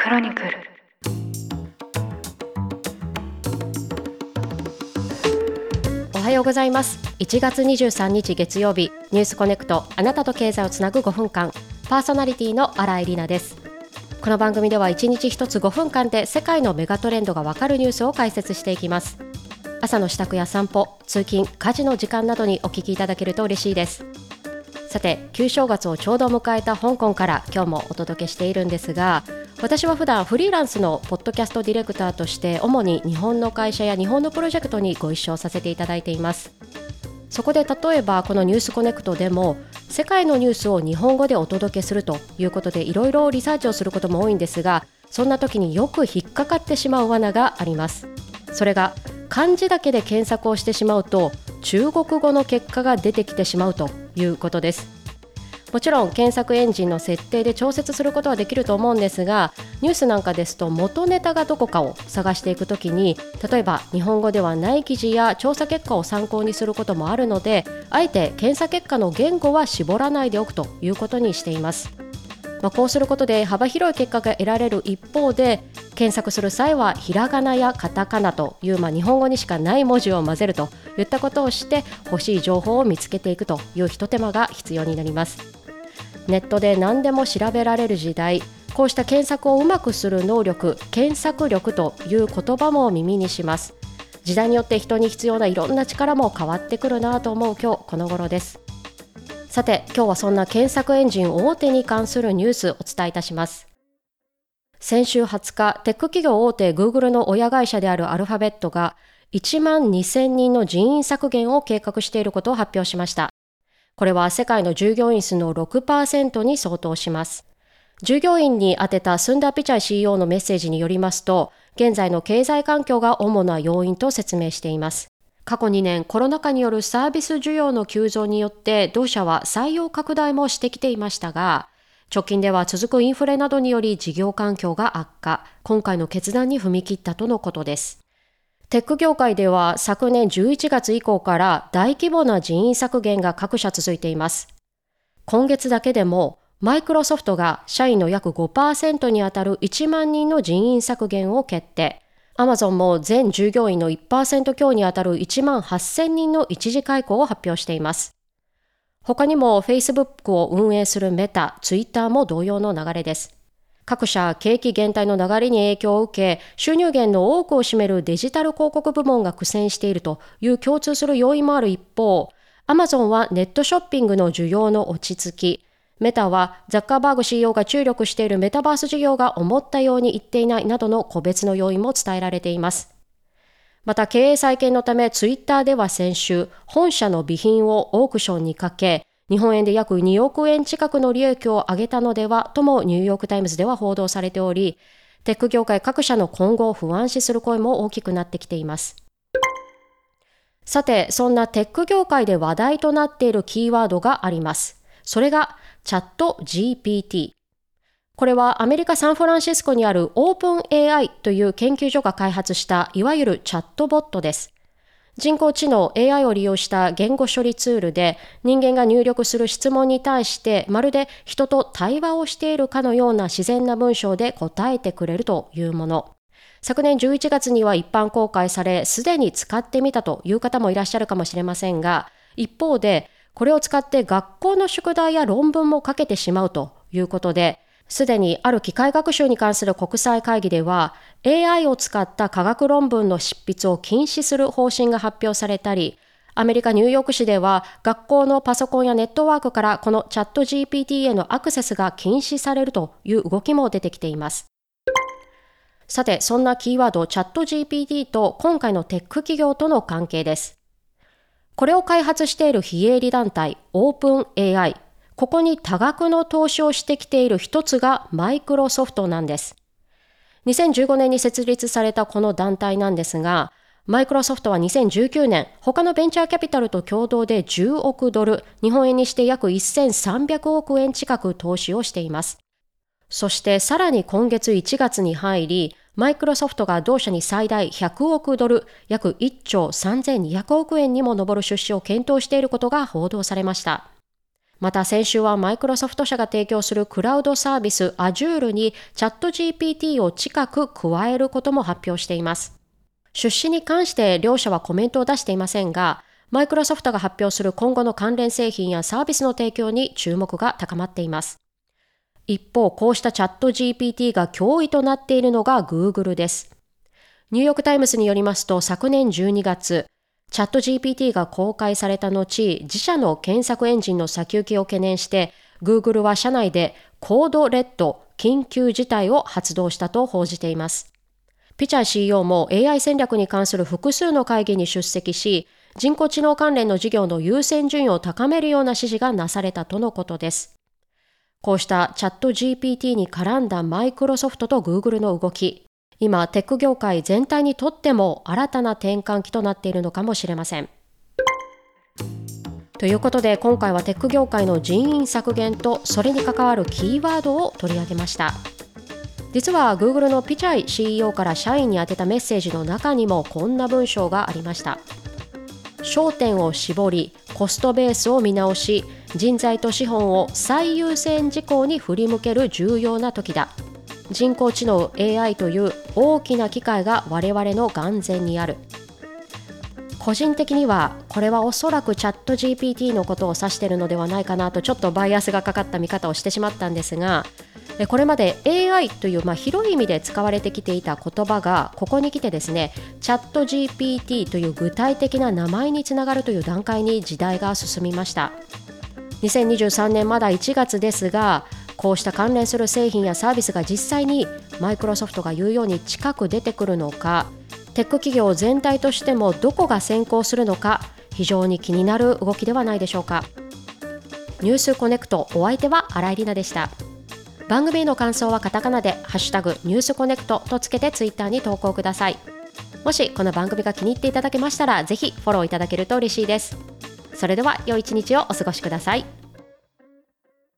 クロニクル。 おはようございます。1月23日月曜日、ニュースコネクト、あなたと経済をつなぐ5分間、パーソナリティの新井里奈です。この番組では1日1つ5分間で世界のメガトレンドがわかるニュースを解説していきます。朝の支度や散歩、通勤、家事の時間などにお聞きいただけると嬉しいです。さて、旧正月をちょうど迎えた香港から今日もお届けしているんですが、私は普段フリーランスのポッドキャストディレクターとして主に日本の会社や日本のプロジェクトにご一緒させていただいています。そこで例えばこのニュースコネクトでも世界のニュースを日本語でお届けするということでいろいろリサーチをすることも多いんですが、そんな時によく引っかかってしまう罠があります。それが漢字だけで検索をしてしまうと中国語の結果が出てきてしまうということです。もちろん検索エンジンの設定で調節することはできると思うんですが、ニュースなんかですと元ネタがどこかを探していくときに、例えば日本語ではない記事や調査結果を参考にすることもあるので、あえて検査結果の言語は絞らないでおくということにしています。こうすることで幅広い結果が得られる一方で、検索する際はひらがなやカタカナという、日本語にしかない文字を混ぜるといったことをして欲しい情報を見つけていくという一手間が必要になります。ネットで何でも調べられる時代、こうした検索をうまくする能力、検索力という言葉も耳にします。時代によって人に必要ないろんな力も変わってくるなと思う今日この頃です。さて、今日はそんな検索エンジン大手に関するニュースをお伝えいたします。先週20日、テック企業大手 Google の親会社であるアルファベットが1万2000人の人員削減を計画していることを発表しました。これは世界の従業員数の 6% に相当します。従業員に宛てたスンダー・ピチャイ CEO のメッセージによりますと、現在の経済環境が主な要因と説明しています。過去2年、コロナ禍によるサービス需要の急増によって同社は採用拡大もしてきていましたが、直近では続くインフレなどにより事業環境が悪化、今回の決断に踏み切ったとのことです。テック業界では昨年11月以降から大規模な人員削減が各社続いています。今月だけでもマイクロソフトが社員の約 5% にあたる1万人の人員削減を決定。アマゾンも全従業員の 1% 強にあたる1万8000人の一時解雇を発表しています。他にも Facebook を運営するメタ、Twitter も同様の流れです。各社、景気減退の流れに影響を受け、収入源の多くを占めるデジタル広告部門が苦戦しているという共通する要因もある一方、アマゾンはネットショッピングの需要の落ち着き、メタはザッカーバーグ CEO が注力しているメタバース事業が思ったようにいっていないなどの個別の要因も伝えられています。また経営再建のためツイッターでは先週、本社の備品をオークションにかけ、日本円で約2億円近くの利益を上げたのではともニューヨークタイムズでは報道されており、テック業界各社の今後を不安視する声も大きくなってきています。さて、そんなテック業界で話題となっているキーワードがあります。それがチャット GPT。これはアメリカ・サンフランシスコにあるオープン AI という研究所が開発したいわゆるチャットボットです。人工知能 AI を利用した言語処理ツールで、人間が入力する質問に対してまるで人と対話をしているかのような自然な文章で答えてくれるというもの。昨年11月には一般公開され、すでに使ってみたという方もいらっしゃるかもしれませんが、一方でこれを使って学校の宿題や論文も書けてしまうということで、すでにある機械学習に関する国際会議では AI を使った科学論文の執筆を禁止する方針が発表されたり、アメリカ・ニューヨーク市では学校のパソコンやネットワークからこのチャット GPT へのアクセスが禁止されるという動きも出てきています。さて、そんなキーワードチャット GPT と今回のテック企業との関係です。これを開発している非営利団体オープン AI、ここに多額の投資をしてきている一つがマイクロソフトなんです。2015年に設立されたこの団体なんですが、マイクロソフトは2019年、他のベンチャーキャピタルと共同で10億ドル、日本円にして約1300億円近く投資をしています。そしてさらに今月1月に入り、マイクロソフトが同社に最大100億ドル、約1兆3200億円にも上る出資を検討していることが報道されました。 また先週はマイクロソフト社が提供するクラウドサービス Azure にチャット GPT を近く加えることも発表しています。出資に関して両社はコメントを出していませんが、マイクロソフトが発表する今後の関連製品やサービスの提供に注目が高まっています。一方、こうしたチャット GPT が脅威となっているのが Google です。ニューヨークタイムズによりますと、昨年12月、チャット GPT が公開された後、自社の検索エンジンの先行きを懸念して、Google は社内でコードレッド緊急事態を発動したと報じています。ピチャー CEO も AI 戦略に関する複数の会議に出席し、人工知能関連の事業の優先順位を高めるような指示がなされたとのことです。こうしたチャット GPT に絡んだマイクロソフトと Google の動き、今テック業界全体にとっても新たな転換期となっているのかもしれません。ということで、今回はテック業界の人員削減とそれに関わるキーワードを取り上げました。実は Google のピチャイ CEO から社員に宛てたメッセージの中にもこんな文章がありました。焦点を絞り、コストベースを見直し、人材と資本を最優先事項に振り向ける重要な時だ。人工知能 AI という大きな機会が我々の眼前にある。個人的にはこれはおそらくチャット GPT のことを指しているのではないかなと、ちょっとバイアスがかかった見方をしてしまったんですが、これまで AI という、広い意味で使われてきていた言葉がここに来てですね、チャット GPT という具体的な名前につながるという段階に時代が進みました。2023年まだ1月ですが、こうした関連する製品やサービスが実際にマイクロソフトが言うように近く出てくるのか、テック企業全体としてもどこが先行するのか、非常に気になる動きではないでしょうか。ニュースコネクト、お相手は新井里奈でした。番組への感想はカタカナでハッシュタグニュースコネクトとつけてツイッターに投稿ください。もしこの番組が気に入っていただけましたら、ぜひフォローいただけると嬉しいです。それでは良い一日をお過ごしください。